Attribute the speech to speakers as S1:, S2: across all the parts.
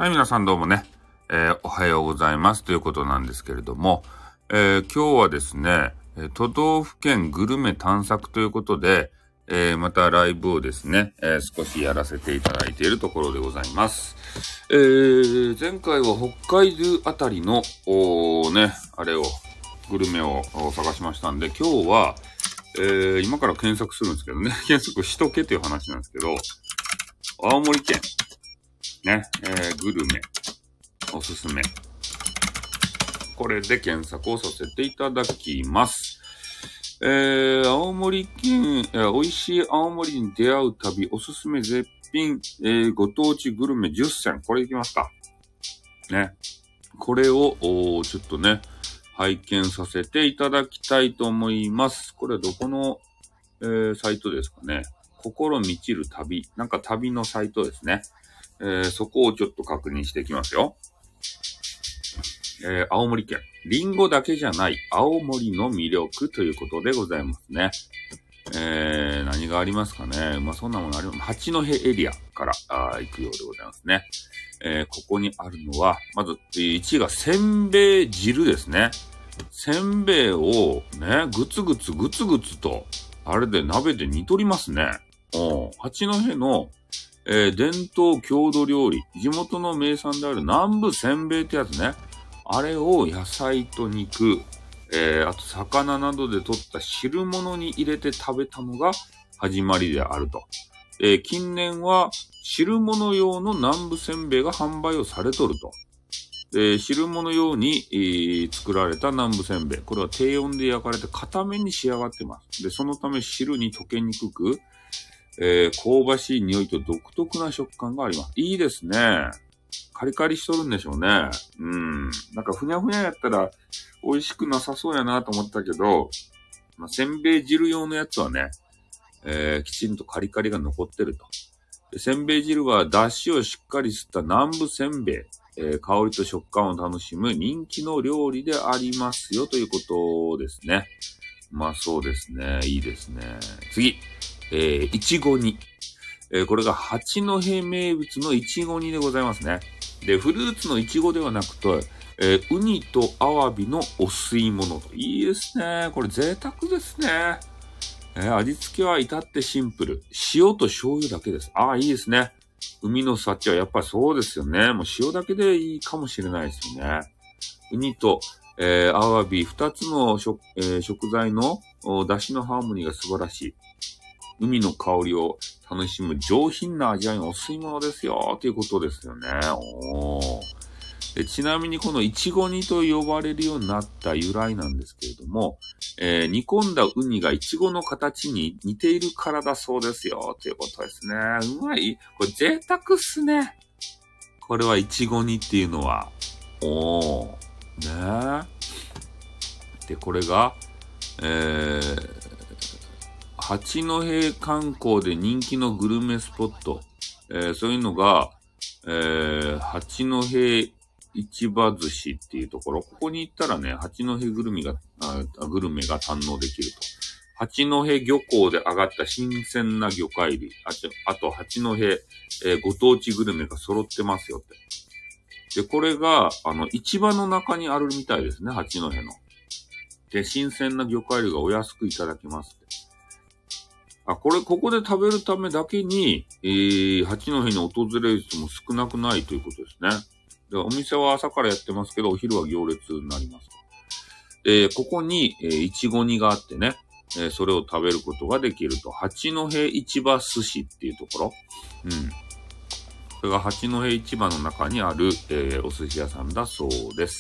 S1: はい、皆さんどうもね、おはようございますということなんですけれども、今日はですね、都道府県グルメ探索ということで、またライブをですね、少しやらせていただいているところでございます。前回は北海道あたりの、グルメを探しましたんで、今日は、今から検索するんですけどね、検索しとけという話なんですけど、青森県、ね、グルメ、おすすめ。これで検索をさせていただきます。青森県、美味しい青森に出会う旅、おすすめ絶品、ご当地グルメ10選。これいきますか。ね。これを、ちょっとね、拝見させていただきたいと思います。これはどこの、サイトですかね。心満ちる旅。なんか旅のサイトですね。そこをちょっと確認していきますよ。青森県。リンゴだけじゃない青森の魅力ということでございますね。何がありますかね。まあ、そんなものあります。八戸エリアから行くようでございますね。ここにあるのは、まず、1位がせんべい汁ですね。せんべいをね、ぐつぐつと、あれで鍋で煮取りますね。八戸の、伝統郷土料理、地元の名産である南部せんべいってやつね。あれを野菜と肉、あと魚などで取った汁物に入れて食べたのが始まりであると。近年は汁物用の南部せんべいが販売をされとると。汁物用に、作られた南部せんべい。これは低温で焼かれて固めに仕上がってます。で、そのため汁に溶けにくく、香ばしい匂いと独特な食感があります。いいですね。カリカリしとるんでしょうね。なんかふにゃふにゃやったら美味しくなさそうやなと思ったけど、まあ、せんべい汁用のやつはね、きちんとカリカリが残ってると。でせんべい汁は出汁をしっかり吸った南部せんべい、香りと食感を楽しむ人気の料理でありますよということですね。まあそうですね。いいですね。次。いちご煮。これが八戸名物のいちご煮でございますね。で、フルーツのいちごではなくて、ウニとアワビのお吸い物と。いいですね。これ贅沢ですね。味付けは至ってシンプル。塩と醤油だけです。いいですね。海の幸はやっぱりそうですよね。もう塩だけでいいかもしれないですよね。ウニと、アワビ二つの食材の出汁のハーモニーが素晴らしい。海の香りを楽しむ上品な味わいのお吸い物ですよということですよね。でちなみにこのいちご煮と呼ばれるようになった由来なんですけれども、煮込んだウニがいちごの形に似ているからだそうですよということですね。うまい。これ贅沢っすね。これはいちご煮っていうのは。ねえ。で、これが、八戸観光で人気のグルメスポット。そういうのが、八戸市場寿司っていうところ。ここに行ったらね、八戸グルメが堪能できると。八戸漁港で上がった新鮮な魚介類。あと八戸、ご当地グルメが揃ってますよって。で、これが、市場の中にあるみたいですね、八戸の。で、新鮮な魚介類がお安くいただけますって。ここで食べるためだけに、八戸に訪れる人も少なくないということですね。で、お店は朝からやってますけど、お昼は行列になりますと。ここに、いちご煮があってね、それを食べることができると。八戸市場寿司っていうところ。これが八戸市場の中にある、お寿司屋さんだそうです。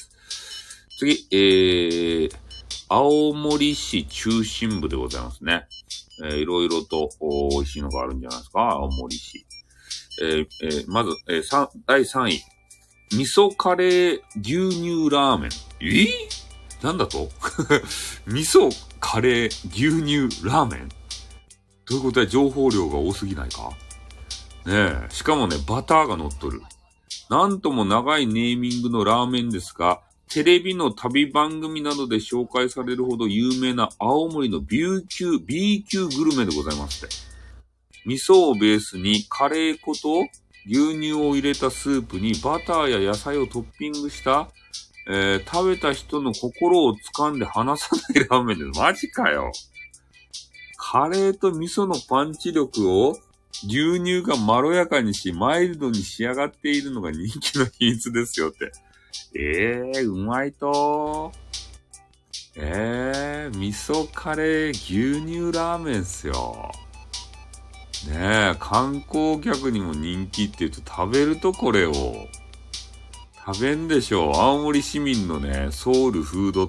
S1: 次、青森市中心部でございますね。いろいろと美味しいのがあるんじゃないですか、青森市。まず、第3位。味噌カレー牛乳ラーメン。なんだと味噌カレー牛乳ラーメンということで情報量が多すぎないかねえ。しかもね、バターが乗っとる。なんとも長いネーミングのラーメンですが、テレビの旅番組などで紹介されるほど有名な青森の B 級グルメでございますって。味噌をベースにカレー粉と、 牛乳を入れたスープにバターや野菜をトッピングした、食べた人の心を掴んで離さないラーメンです。マジかよ。カレーと味噌のパンチ力を牛乳がまろやかにし、マイルドに仕上がっているのが人気の秘密ですよって。うまいと。味噌カレー牛乳ラーメンっすよ。ねえ、観光客にも人気って言うと食べるとこれを。食べんでしょう。青森市民のね、ソウルフードって。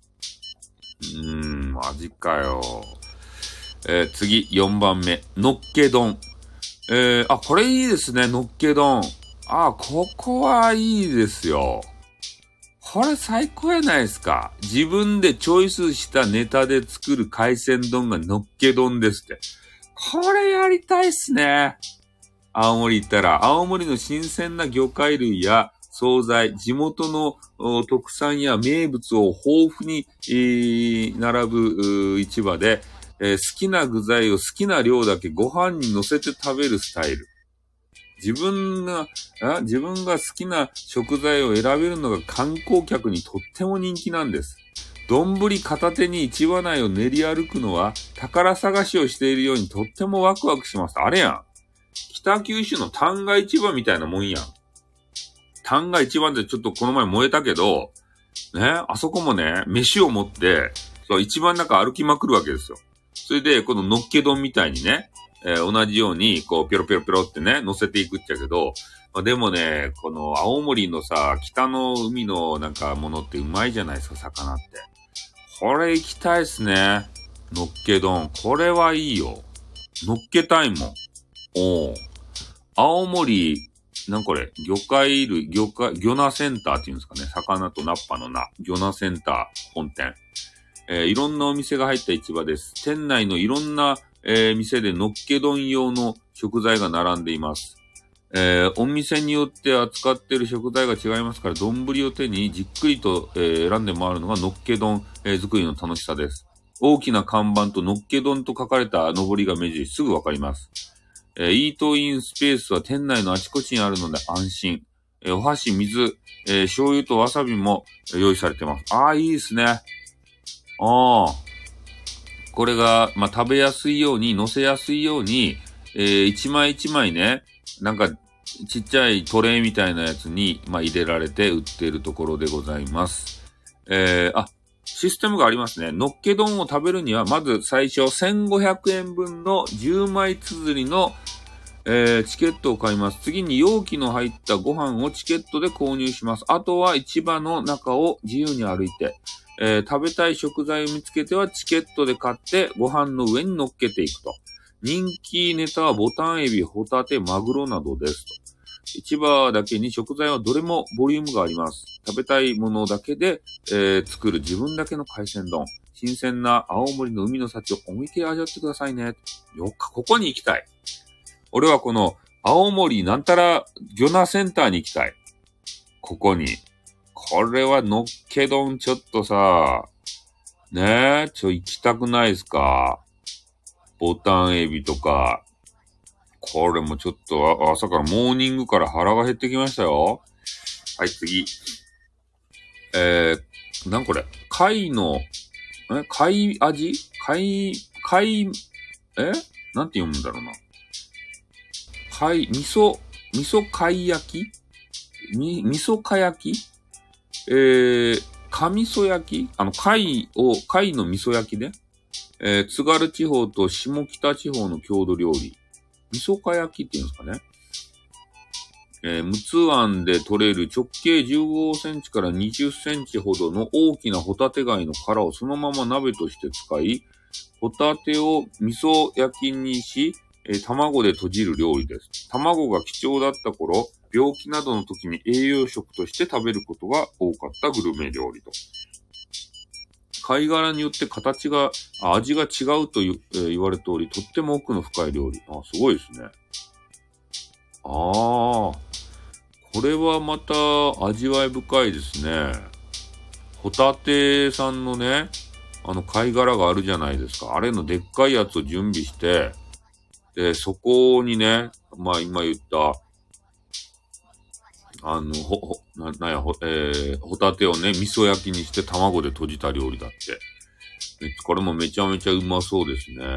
S1: マジかよ。次、4番目。のっけ丼。これいいですね、のっけ丼。ここはいいですよ。これ最高やないですか。自分でチョイスしたネタで作る海鮮丼がのっけ丼ですって。これやりたいっすね。青森行ったら、青森の新鮮な魚介類や惣菜、地元の特産や名物を豊富に、並ぶ市場で、好きな具材を好きな量だけご飯に乗せて食べるスタイル。自分が好きな食材を選べるのが観光客にとっても人気なんです。丼片手に市場内を練り歩くのは宝探しをしているようにとってもワクワクします。あれやん。北九州の旦過市場みたいなもんやん。旦過市場ってちょっとこの前燃えたけど、ね、あそこもね、飯を持って、市場の中歩きまくるわけですよ。それで、こののっけ丼みたいにね、同じように、こう、ピョロピョロピョロってね、乗せていくっちゃけど、でもね、この青森のさ、北の海のなんかものってうまいじゃないですか、魚って。これ行きたいっすね。のっけ丼。これはいいよ。のっけたいもん。青森、これ、魚介類、魚菜センターっていうんですかね。魚とナッパのな。魚菜センター本店。いろんなお店が入った市場です。店内のいろんな、店でのっけ丼用の食材が並んでいます。お店によって扱っている食材が違いますから、丼を手にじっくりと、選んで回るのがのっけ丼、作りの楽しさです。大きな看板とのっけ丼と書かれた上りが目印、すぐわかります。イートインスペースは店内のあちこちにあるので安心。お箸、水、醤油とわさびも用意されてます。いいですね。これが、食べやすいように、乗せやすいように、一枚一枚ね、ちっちゃいトレイみたいなやつに、入れられて売っているところでございます。システムがありますね。のっけ丼を食べるには、まず最初1500円分の10枚綴りの、チケットを買います。次に容器の入ったご飯をチケットで購入します。あとは市場の中を自由に歩いて、食べたい食材を見つけてはチケットで買ってご飯の上に乗っけていくと。人気ネタはボタンエビ、ホタテ、マグロなどですと。市場だけに食材はどれもボリュームがあります。食べたいものだけで、作る自分だけの海鮮丼。新鮮な青森の海の幸を思いっきり味わってくださいね。ここに行きたい。俺はこの青森なんたら魚菜センターに行きたい。ここに。これはのっけ丼ちょっとさ、ね行きたくないですか？ボタンエビとか。これもちょっと朝からモーニングから腹が減ってきましたよ。はい、次。これ貝の、貝味なんて読むんだろうな。味噌貝焼き味噌貝焼きか味噌焼き貝の味噌焼きね。津軽地方と下北地方の郷土料理。味噌貝焼きって言うんですかね。陸奥湾で取れる直径15センチから20センチほどの大きなホタテ貝の殻をそのまま鍋として使い、ホタテを味噌焼きにし、卵で閉じる料理です。卵が貴重だった頃、病気などの時に栄養食として食べることが多かったグルメ料理と。貝殻によって味が違うと言われており、とっても奥の深い料理。すごいですね。これはまた味わい深いですね。ホタテさんのね、貝殻があるじゃないですか。あれのでっかいやつを準備して、で、そこにね、今言った、 ホタテをね、味噌焼きにして卵で閉じた料理だって。これもめちゃめちゃうまそうですね。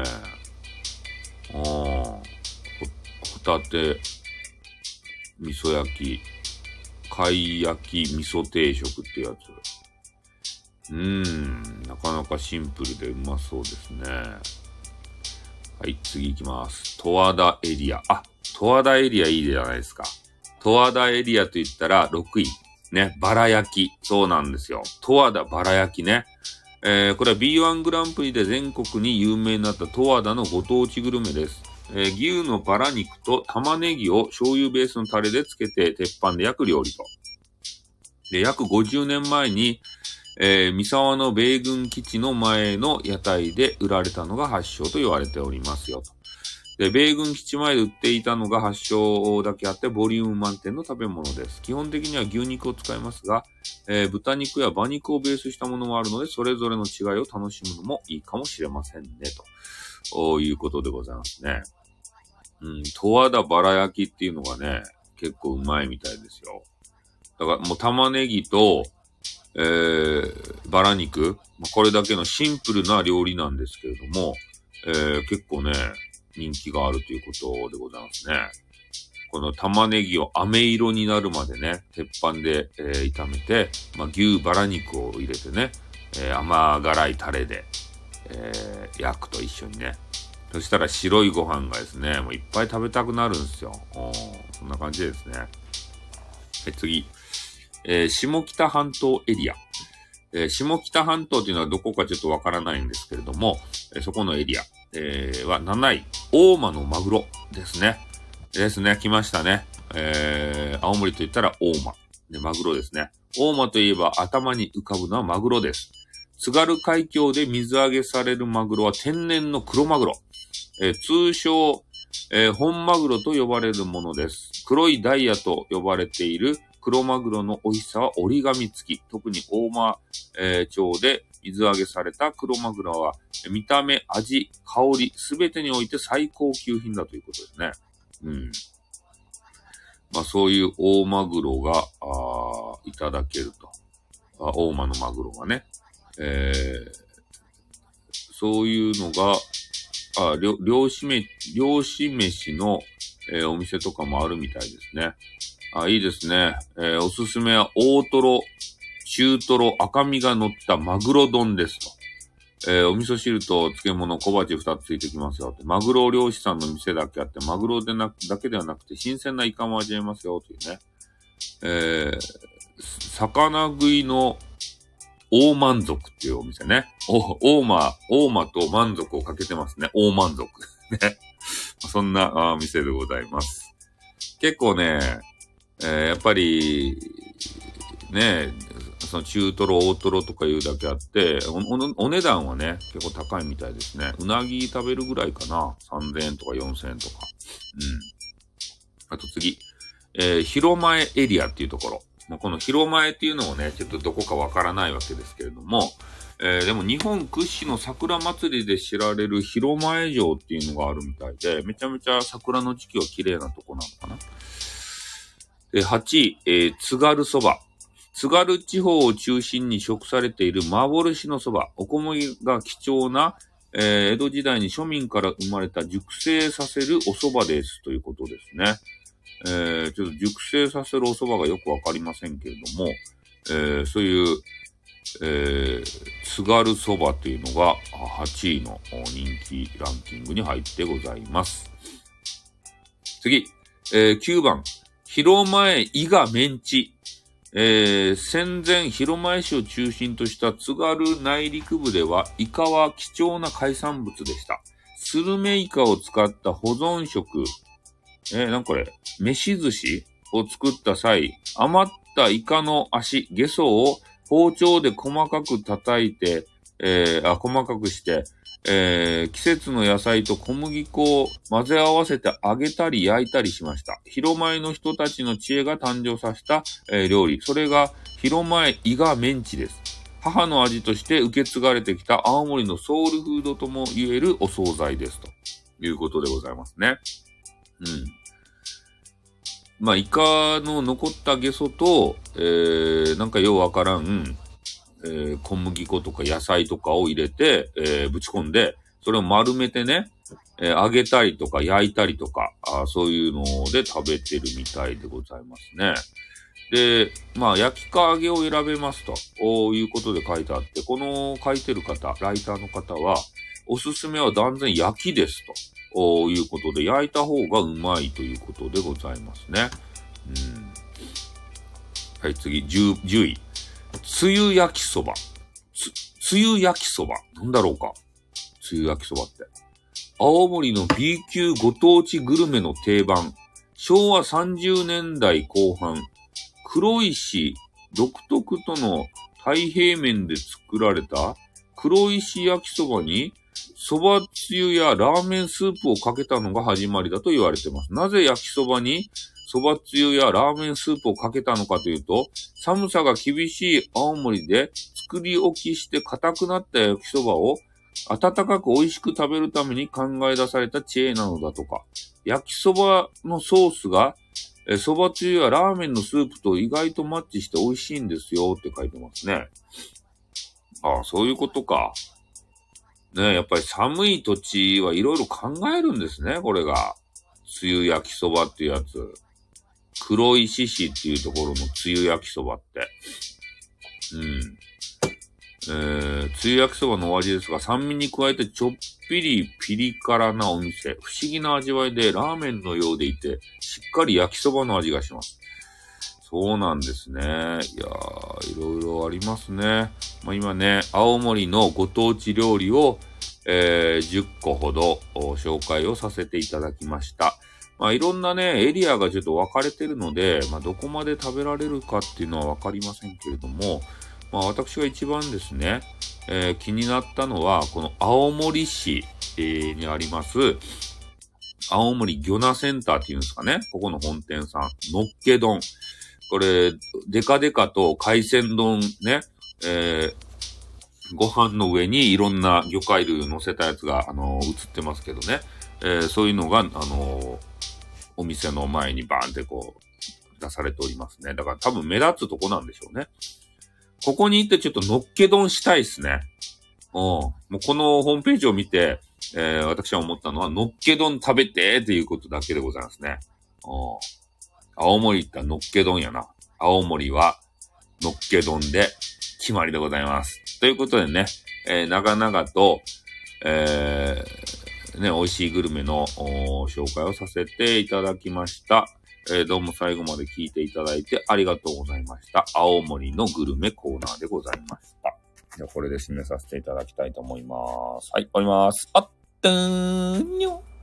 S1: ホタテ、味噌焼き、貝焼き味噌定食ってやつ。なかなかシンプルでうまそうですね。はい、次行きます。十和田エリア。十和田エリアいいじゃないですか。十和田エリアと言ったら6位。ね、バラ焼き。そうなんですよ。十和田バラ焼きね。これは B1 グランプリで全国に有名になった十和田のご当地グルメです。牛のバラ肉と玉ねぎを醤油ベースのタレでつけて鉄板で焼く料理と。で、約50年前に、三沢の米軍基地の前の屋台で売られたのが発祥と言われておりますよと。で、米軍基地前で売っていたのが発祥だけあってボリューム満点の食べ物です。基本的には牛肉を使いますが、豚肉や馬肉をベースしたものもあるので、それぞれの違いを楽しむのもいいかもしれませんね、ということでございますね。十和田バラ焼きっていうのがね、結構うまいみたいですよ。だからもう玉ねぎと、バラ肉、これだけのシンプルな料理なんですけれども、結構ね、人気があるということでございますね。この玉ねぎを飴色になるまでね、鉄板で、炒めて、牛バラ肉を入れてね、甘辛いタレで、焼くと一緒にね。そしたら白いご飯がですね、もういっぱい食べたくなるんですよ。そんな感じですね。次。下北半島エリア。下北半島というのはどこかちょっとわからないんですけれども、そこのエリア、は7位、大間のマグロですね。来ましたね。青森と言ったら大間。で、マグロですね。大間といえば頭に浮かぶのはマグロです。津軽海峡で水揚げされるマグロは天然の黒マグロ。通称、本マグロと呼ばれるものです。黒いダイヤと呼ばれている黒マグロの美味しさは折り紙付き。特に大間、町で水揚げされた黒マグロは見た目、味、香り、すべてにおいて最高級品だということですね。そういう大マグロが、いただけると。大間のマグロがね。そういうのが、漁師飯の、お店とかもあるみたいですね。いいですね。おすすめは大トロ、中トロ、赤身が乗ったマグロ丼ですと。お味噌汁と漬物小鉢2つついてきますよって。マグロ漁師さんの店だけあって、マグロだけではなくて新鮮なイカも味わえますよというね。魚食いの大満足っていうお店ね。大間と満足をかけてますね。大満足。ね。そんな店でございます。結構ね、やっぱり、ね、その中トロ、大トロとかいうだけあって、お値段はね、結構高いみたいですね。うなぎ食べるぐらいかな。3000円とか4000円とか。あと次、広前エリアっていうところ。この広前っていうのをね、ちょっとどこかわからないわけですけれども、でも日本屈指の桜祭りで知られる広前城っていうのがあるみたいで、めちゃめちゃ桜の時期は綺麗なとこなのかな。8位、津軽そば。津軽地方を中心に食されている幻のそば。お米が貴重な、江戸時代に庶民から生まれた熟成させるお蕎麦ですということですね。ちょっと熟成させるお蕎麦がよくわかりませんけれども、そういう、津軽そばというのが8位の人気ランキングに入ってございます。次、9番、広前伊賀メンチ。戦前広前市を中心とした津軽内陸部ではイカは貴重な海産物でした。スルメイカを使った保存食、なんかこれ、飯寿司を作った際、余ったイカの足、ゲソを包丁で細かく叩いて、細かくして、季節の野菜と小麦粉を混ぜ合わせて揚げたり焼いたりしました。広前の人たちの知恵が誕生させた、料理。それが広前伊賀メンチです。母の味として受け継がれてきた青森のソウルフードとも言えるお惣菜です。ということでございますね。 まあ、イカの残ったゲソと、なんかようわからん、小麦粉とか野菜とかを入れて、ぶち込んで、それを丸めてね、揚げたりとか焼いたりとか、そういうので食べてるみたいでございますね。で、まあ、焼きか揚げを選べますということで書いてあって、この書いてる方、ライターの方は、おすすめは断然焼きですということで、焼いた方がうまいということでございますね。はい、次、10位。つゆ焼きそば。つゆ焼きそば。なんだろうか。つゆ焼きそばって。青森の B 級ご当地グルメの定番。昭和30年代後半。黒石独特との太平麺で作られた黒石焼きそばにそばつゆやラーメンスープをかけたのが始まりだと言われています。なぜ焼きそばにそばつゆやラーメンスープをかけたのかというと、寒さが厳しい青森で作り置きして硬くなった焼きそばを温かく美味しく食べるために考え出された知恵なのだとか。焼きそばのソースがそばつゆやラーメンのスープと意外とマッチして美味しいんですよって書いてますね。ああ、そういうことか。ね、やっぱり寒い土地はいろいろ考えるんですね、これが。つゆ焼きそばっていうやつ。黒石市っていうところのつゆ焼きそばって。つゆ焼きそばのお味ですが、酸味に加えてちょっぴりピリ辛なお店。不思議な味わいでラーメンのようでいて、しっかり焼きそばの味がします。そうなんですね。いやー、いろいろありますね。まあ、今ね、青森のご当地料理を、10個ほど紹介をさせていただきました。まあ、いろんなね、エリアがちょっと分かれてるので、まあ、どこまで食べられるかっていうのは分かりませんけれども、まあ、私が一番ですね、気になったのは、この青森市、にあります、青森魚菜センターっていうんですかね。ここの本店さん、のっけ丼。これ、デカデカと海鮮丼ね、ご飯の上にいろんな魚介類を乗せたやつが、映ってますけどね。そういうのが、お店の前にバーンってこう、出されておりますね。だから多分目立つとこなんでしょうね。ここに行ってちょっとのっけ丼したいですね。もうこのホームページを見て、私は思ったのは、のっけ丼食べてっていうことだけでございますね。青森行ったらのっけ丼やな。青森はのっけ丼で決まりでございます。ということでね、長々と、ね、美味しいグルメの紹介をさせていただきました。どうも最後まで聞いていただいてありがとうございました。青森のグルメコーナーでございました。じゃあこれで締めさせていただきたいと思います。はい、終わります。あっ、にょ。